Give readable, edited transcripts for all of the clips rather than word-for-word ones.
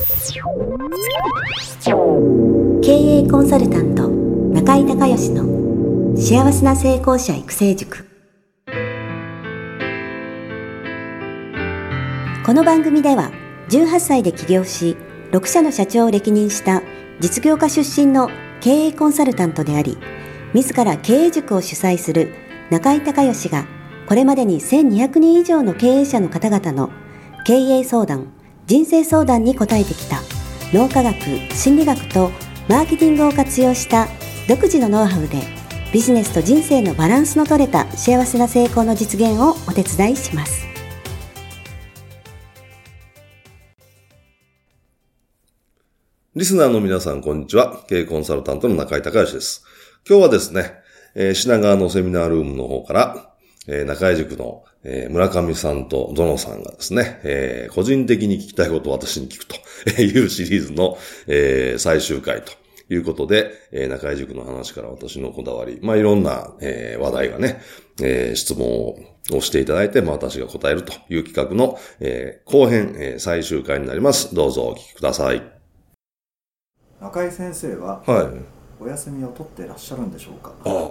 経営コンサルタント中井孝義の幸せな成功者育成塾。この番組では18歳で起業し6社の社長を歴任した実業家出身の経営コンサルタントであり、自ら経営塾を主催する中井孝義がこれまでに1200人以上の経営者の方々の経営相談、人生相談に応えてきた脳科学、心理学とマーケティングを活用した独自のノウハウでビジネスと人生のバランスの取れた幸せな成功の実現をお手伝いします。 リスナーの皆さん、こんにちは。経営コンサルタントの中井孝義です。今日はですね、品川のセミナールームの方から、中井塾の、村上さんとゾノさんがですね、個人的に聞きたいことを私に聞くというシリーズの、最終回ということで、中井塾の話から私のこだわり、いろんな、話題がね、質問をしていただいて、私が答えるという企画の、後編、最終回になります。どうぞお聞きください。 中井先生は、 はい、 お休みを取っていらっしゃるんでしょうか？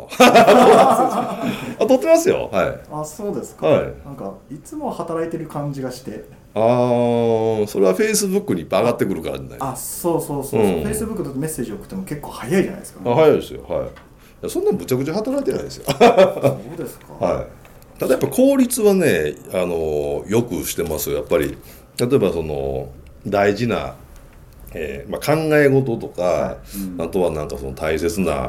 取ってますよ。はい。 あ、そうですか。 はい。 なんかいつも働いてる感じがして。 それはフェイスブックにいっぱい上がってくるからじゃない。 あ、そう。フェイスブックだとメッセージ送っても結構早いじゃないですか。 早いですよ。はい。そんなむちゃくちゃ働いてないですよ。 そうですか。 はい。ただやっぱ効率はね、よくしてますよ。やっぱり例えばその大事な考え事とか、はい、あとはなんかその大切な、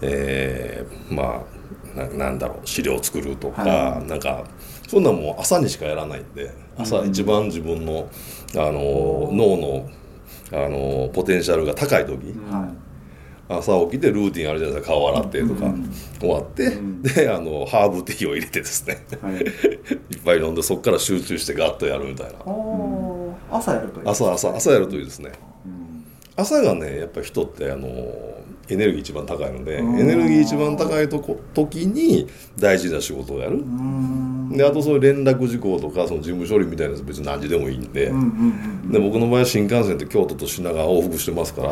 なんだろう、資料を作るとか、はい、なんかそんなもう朝にしかやらないんで、朝一番自分の、脳のポテンシャルが高い時、朝起きてルーティンあるじゃないですか。顔洗ってとか、終わって、でハーブティーを入れてですね、はい、いっぱい飲んでそこから集中してガッとやるみたいな。 朝やるといいですね。朝やるといいですね。朝がね、やっぱり人ってエネルギー一番高いので、エネルギー一番高い時に大事な仕事をやる。で、あとそういう連絡事項とかその事務処理みたいなやつ別に何時でもいいんで、で僕の場合新幹線って京都と品川往復してますから、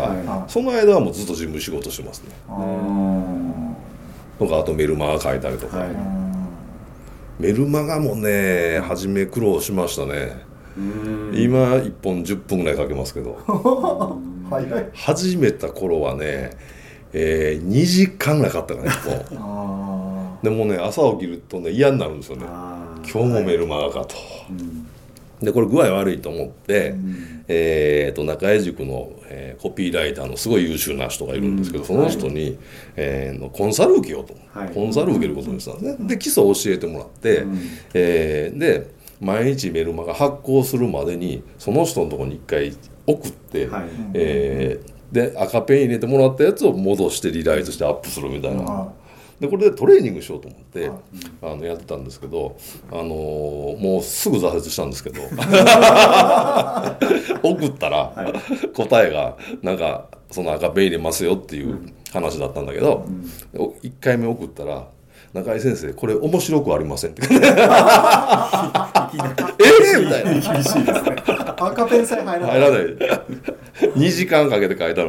その間はもうずっと事務仕事してますね。とか、あとメルマガ書いたりとか、メルマガもね、初め苦労しましたね。今1本10分ぐらいかけますけど始めた頃はね、2時間なかったかね。でもね、朝起きるとね嫌になるんですよね。今日もメルマガかと、でこれ具合悪いと思って、中井塾の、コピーライターのすごい優秀な人がいるんですけど、その人に、コンサル受けようと、コンサル受けることにしたんですね。で基礎を教えてもらって、で毎日メルマガ発行するまでにその人のところに一回送って、で赤ペン入れてもらったやつを戻してリライズしてアップするみたいな。でこれでトレーニングしようと思ってやってたんですけど、もうすぐ挫折したんですけど送ったら、答えがなんかその赤ペン入れますよっていう話だったんだけど、1回目送ったら中井先生これ面白くありませんってみたいな。 厳しいですね。赤ペンさえ入らない 2時間かけて書いたの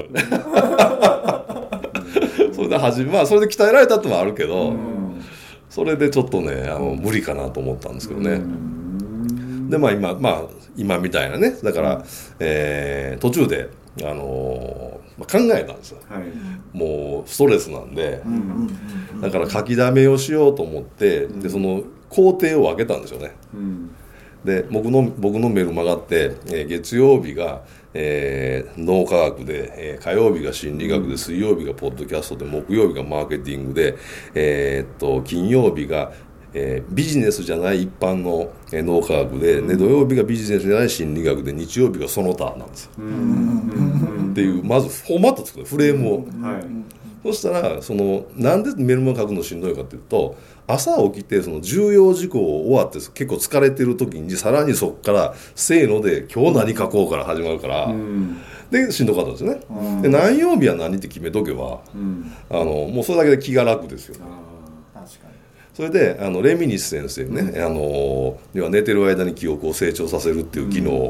それでそれで鍛えられたってのもあるけど、それでちょっとね無理かなと思ったんですけどね。で今みたいなね、だから、途中で考えたんですよ、もうストレスなんで、だから書きだめをしようと思って、でその工程を分けたんですよね。で僕のメルマガって、月曜日が、脳科学で、火曜日が心理学で、水曜日がポッドキャストで、木曜日がマーケティングで、金曜日がビジネスじゃない一般の脳科学で、土曜日がビジネスじゃない心理学で、日曜日がその他なんですよ。っていうまずフォーマット作るフレームを、そしたらなんでメルマガ書くのしんどいかっていうと、朝起きてその重要事項を終わって結構疲れてる時にさらにそこからせーので今日何書こうから始まるから、でしんどかったんですよね。で何曜日は何って決めとけば、もうそれだけで気が楽ですよ。それでレミニス先生ね、要は寝てる間に記憶を成長させるっていう機能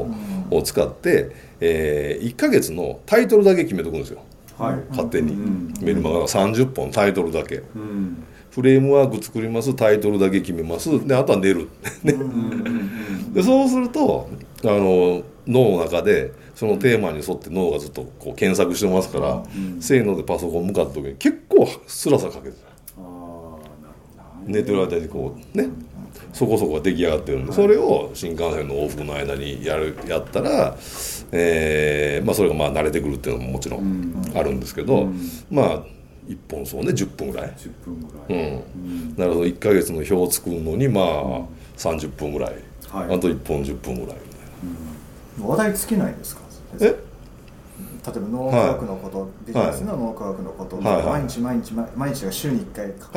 を使って、1ヶ月のタイトルだけ決めとくんですよ、勝手に、メルマガが30本タイトルだけ、フレームワーク作ります、タイトルだけ決めます、であとは寝るでそうすると脳の中でそのテーマに沿って脳がずっとこう検索してますから、せーのでパソコン向かった時に結構スラスラかけて寝てる間にこうねそこそこが出来上がってるんで、それを新幹線の往復の間にやったら、それが慣れてくるっていうのももちろんあるんですけど、1本そうね10分ぐらい、なるほど、1ヶ月の表を作るのに30分ぐらい、あと1本10分ぐらいみたいな。話題尽きないですか？例えば脳科学のこと、ビジネスの脳科学のこと、毎日が週に1回書く。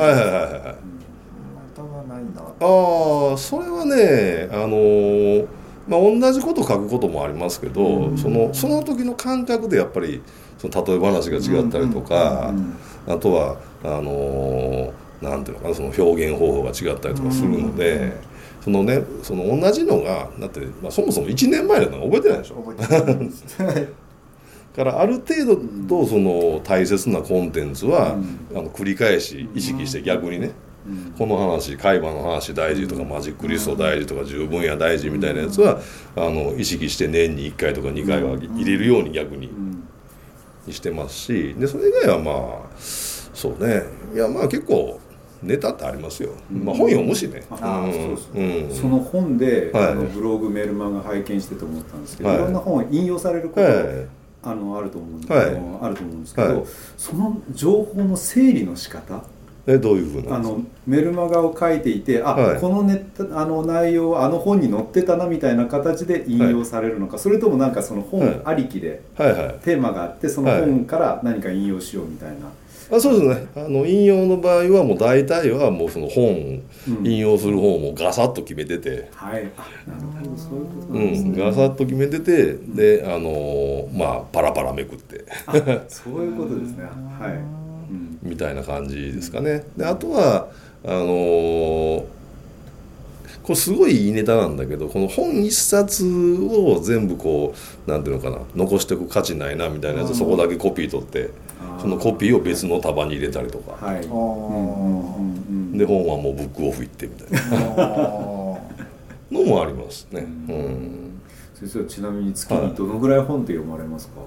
ないな。 それはね、同じこと書くこともありますけど、その時の感覚でやっぱりその例え話が違ったりとか、あとはなんていうのかな、その表現方法が違ったりとかするので、その同じのがだって、そもそも1年前の覚えてないでしょ。覚えてないからある程度とその大切なコンテンツは繰り返し意識して逆にね、この話、海馬の話大事とか、マジックリスト大事とか、10分野大事みたいなやつは意識して年に1回とか2回は入れるように逆にしてますし、でそれ以外はそうね、いや結構ネタってありますよ、本読むしね。 その本でブログメルマガ拝見してて思ったんですけど、いろんな本を引用されることあると思うんですけど、その情報の整理の仕方、 どういうふうなメルマガを書いていて、この内容は本に載ってたなみたいな形で引用されるのか、それともなんかその本ありきでテーマがあってその本から何か引用しようみたいな。 そうですね、引用の場合はもう大体はもうその本、引用する本もガサッと決めてて、 なるほど、そういうことなんですね。 ガサッと決めてて、でパラパラめくってそういうことですね。 みたいな感じですかね。であとはこれすごいいいネタなんだけど、この本一冊を全部こうなんていうのかな、残しておく価値ないなみたいなやつ、そこだけコピー取ってそのコピーを別の束に入れたりとか、で本はもうブックオフ行ってみたいなのもありますね。 先生はちなみに月にどのぐらい本って読まれますか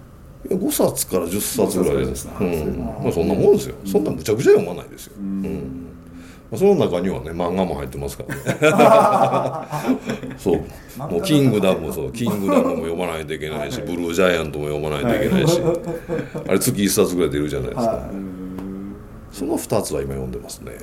？5冊から10冊ぐらいです。そんなもんですよ。そんなむちゃくちゃ読まないですよ。その中にはね漫画も入ってますからねそうもうキングダムも読まないといけないし、ブルージャイアントも読まないといけないし、あれ月1冊ぐらい出るじゃないですか。その2つは今読んでますね。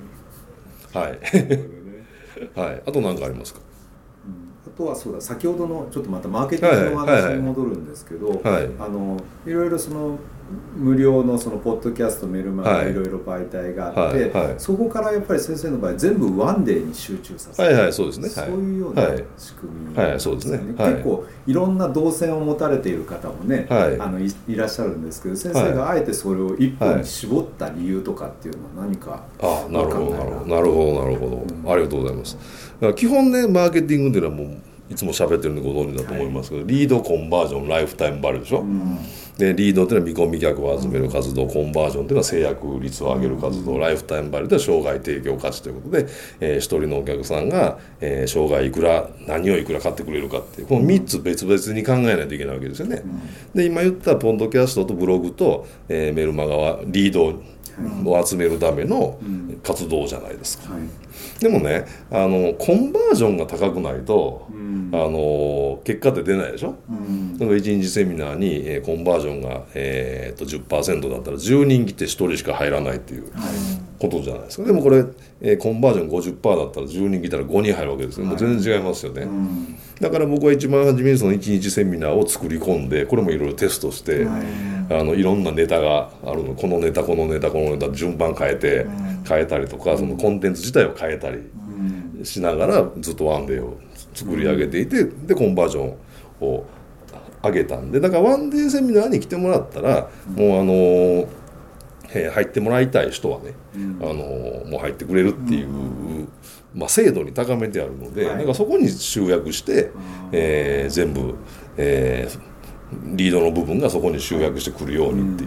あと何かありますか？ あとはそうだ、先ほどのちょっとまたマーケティングの話に戻るんですけど、いろいろその無料のそのポッドキャスト、メルマガいろいろ媒体があって、そこからやっぱり先生の場合全部ワンデーに集中させる、 そうですね、 そういうような仕組みですね。結構いろんな動線を持たれている方もね、いらっしゃるんですけど、先生があえてそれを一本に絞った理由とかっていうのは何かなるほど、ありがとうございます。基本ね、マーケティングっていうのはもういつも喋ってるんでご存知だと思いますけど、リード、コンバージョン、ライフタイムバリューでしょ。でリードっていうのは見込み客を集める活動、コンバージョンっていうのは制約率を上げる活動、ライフタイムバリューでは生涯提供価値ということで、一人のお客さんが、生涯いくら何をいくら買ってくれるかっていう、この3つ別々に考えないといけないわけですよね。で今言ったポッドキャストとブログと、メルマガはリードを集めるための活動じゃないですか。でもね、コンバージョンが高くないと、結果って出ないでしょ。だから1日セミナーに、コンバージョンが、10% だったら10人来て1人しか入らないっていうことじゃないですか。でもこれ、コンバージョン 50% だったら10人来たら5人入るわけですよ。もう全然違いますよね。だから僕は一番初めにその1日セミナーを作り込んで、これもいろいろテストして、いろんなネタがあるの、このネタ順番変えたりとか、そのコンテンツ自体を変えたりしながらずっとワンデーを作り上げていて、でコンバージョンを上げたんで、だからワンデーセミナーに来てもらったら、もう入ってもらいたい人はね、もう入ってくれるっていう、制度に高めてあるので、なんかそこに集約して、全部、リードの部分がそこに集約してくるようにっていう、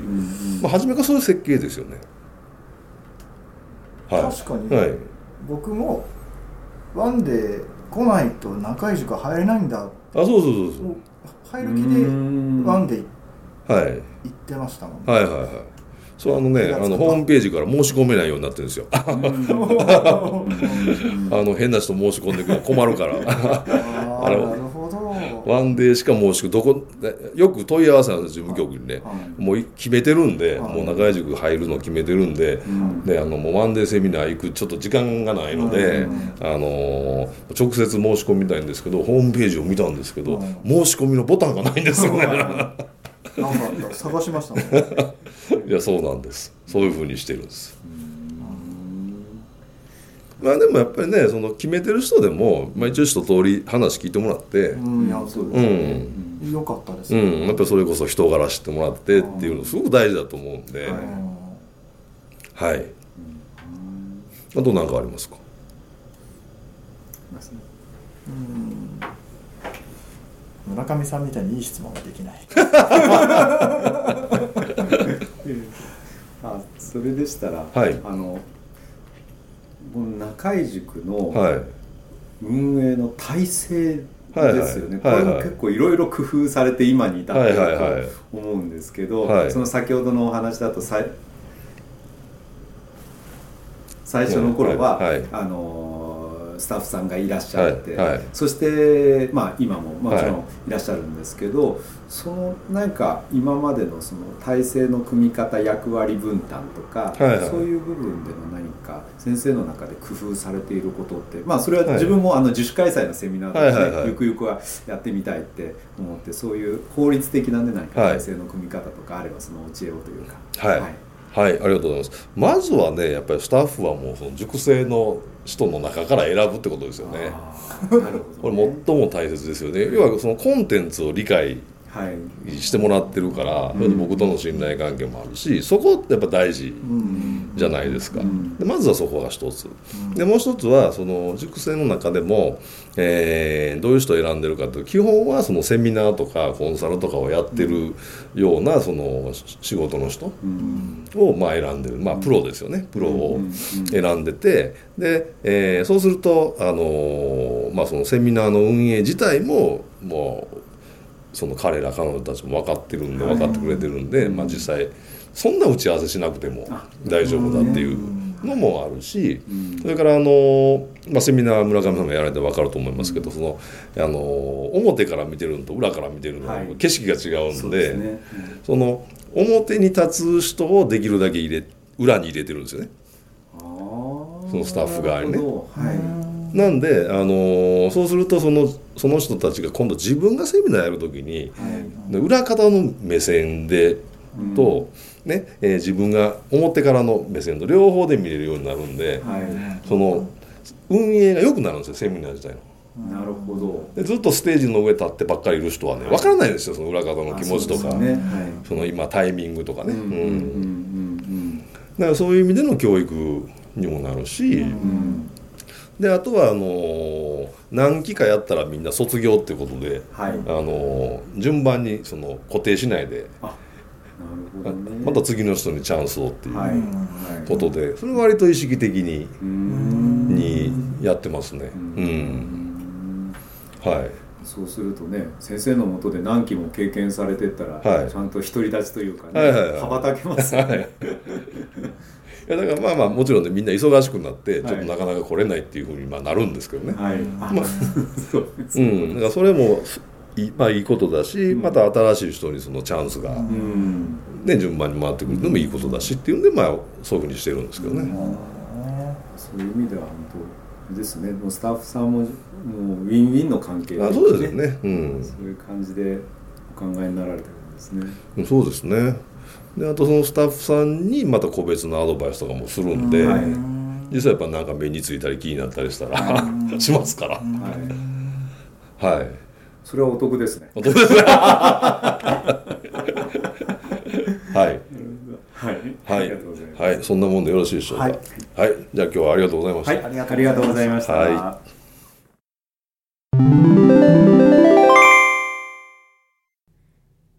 初めからそういう設計ですよね。 確かに、僕もワンで来ないと中井塾入れないんだ、 そう入る気でワンで行ってましたもんね。 そうホームページから申し込めないようになってるんですよ。変な人申し込んでくる困るから。 なるほど。 ワンデーしか申し込よく問い合わせなんです事務局にね、もう決めてるんで、もう中井塾入るの決めてるんで、もうワンデーセミナー行くちょっと時間がないので、直接申し込みたいんですけど、ホームページを見たんですけど、申し込みのボタンがないんですよね。 なんか探しましたね。 いや、そうなんです。そういう風にしてるんです。でもやっぱりね、その決めてる人でも、一応一通り話聞いてもらって、 よかったですね。やっぱりそれこそ人柄知ってもらってっていうのすごく大事だと思うんで、はい。あと何かありますか？ 村上さんみたいにいい質問ができない。 それでしたら、この中井塾の運営の体制ですよね。これも結構いろいろ工夫されて今に至っていると思うんですけど、その先ほどのお話だと最初の頃はスタッフさんがいらっしゃって、そして今ももちろんいらっしゃるんですけど、そのなんか今までのその体制の組み方、役割分担とか、そういう部分での何か先生の中で工夫されていることって、それは自分も自主開催のセミナーとかね、ゆくゆくはやってみたいって思って、そういう効率的なね、何か体制の組み方とかあればそのお知恵をというか。 はい、ありがとうございます。まずはね、やっぱりスタッフはもうその塾生の人の中から選ぶってことですよね。これ最も大切ですよね。要はそのコンテンツを理解してもらってるから、僕との信頼関係もあるし、そこってやっぱ大事じゃないですか。でまずはそこが一つで、もう一つはその塾生の中でも、どういう人を選んでるかというと、基本はそのセミナーとかコンサルとかをやってるようなその仕事の人を選んでる、プロですよね。プロを選んでて、で、そうするとそのセミナーの運営自体ももうその彼ら彼女たちも分かってるんで、分かってくれてるんで、実際そんな打ち合わせしなくても大丈夫だっていうのもあるし、それからセミナー村上さんもやられて分かると思いますけど、その表から見てるのと裏から見てるの景色が違うんで、その表に立つ人をできるだけ裏に入れてるんですよね、そのスタッフ側にね。なんでそうするとその人たちが今度自分がセミナーやるときに、裏方の目線でと、自分が表からの目線と両方で見れるようになるんで、その運営が良くなるんですよ、セミナー自体の。 なるほど。 でずっとステージの上立ってばっかりいる人はね、分からないんですよ、その裏方の気持ちとか、その今タイミングとかね。だからそういう意味での教育にもなるし、であとは何期かやったらみんな卒業っていうことで、順番にその固定しないで、また次の人にチャンスをっていうことで、それは割と意識的にやってますね。 そうするとね、先生の下で何期も経験されてったら、ちゃんと独り立ちというかね、羽ばたけますよね。 いやだからもちろんね、みんな忙しくなってちょっとなかなか来れないっていうふうになるんですけどね。だからそれもいいことだし、また新しい人にそのチャンスが、順番に回ってくるのもいいことだしっていうんで、そういうふうにしてるんですけどね。 そういう意味では本当ですね。もうスタッフさんもウィンウィンの関係で、 そうですよね。 そういう感じでお考えになられてるんですね。 そうですね。であとそのスタッフさんにまた個別のアドバイスとかもするんで、実際やっぱなんか目についたり気になったりしたらしますから。 それはお得ですね。 お得ですね。はい。 ありがとうございます。 はい、そんなもんでよろしいでしょうか。はい、はい、じゃあ今日はありがとうございました。 はい、ありがとうございました。はい、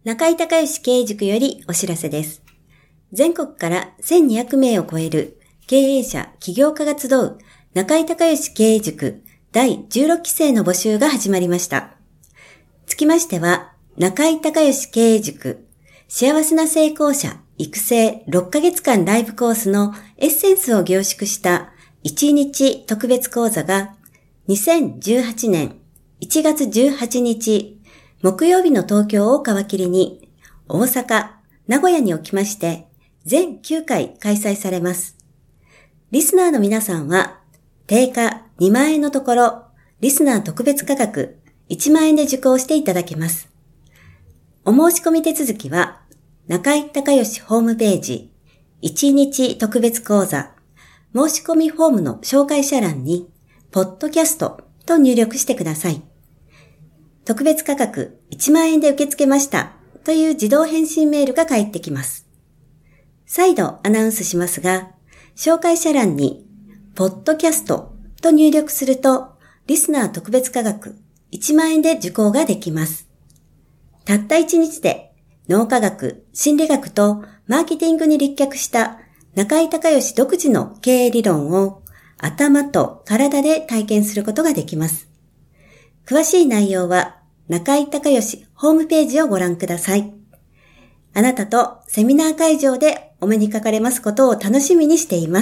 中井隆義経営塾よりお知らせです。全国から1200名を超える経営者、起業家が集う中井隆義経営塾第16期生の募集が始まりました。つきましては、中井隆義経営塾幸せな成功者育成6ヶ月間ライブコースのエッセンスを凝縮した1日特別講座が2018年1月18日木曜日の東京を皮切りに大阪、名古屋におきまして全9回開催されます。リスナーの皆さんは定価2万円のところリスナー特別価格1万円で受講していただけます。お申し込み手続きは中井隆義ホームページ1日特別講座申し込みフォームの紹介者欄にポッドキャストと入力してください。特別価格1万円で受け付けましたという自動返信メールが返ってきます。再度アナウンスしますが、紹介者欄にポッドキャストと入力するとリスナー特別価格1万円で受講ができます。たった1日で脳科学、心理学とマーケティングに立脚した中井隆義独自の経営理論を頭と体で体験することができます。詳しい内容は中井隆義ホームページをご覧ください。あなたとセミナー会場でお目にかかれますことを楽しみにしています。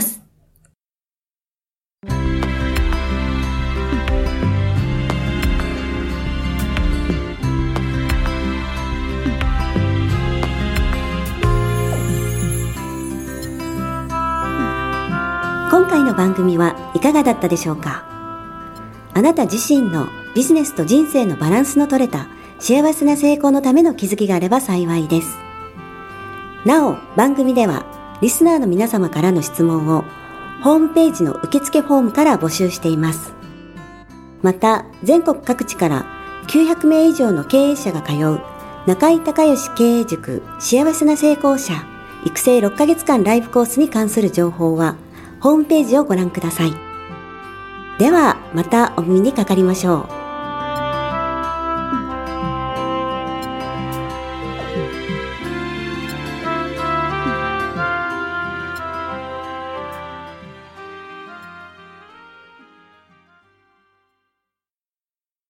今回の番組はいかがだったでしょうか。あなた自身のビジネスと人生のバランスの取れた幸せな成功のための気づきがあれば幸いです。なお、番組ではリスナーの皆様からの質問をホームページの受付フォームから募集しています。また、全国各地から900名以上の経営者が通う中井隆義経営塾幸せな成功者育成6ヶ月間ライブコースに関する情報はホームページをご覧ください。ではまたお耳にかかりましょう。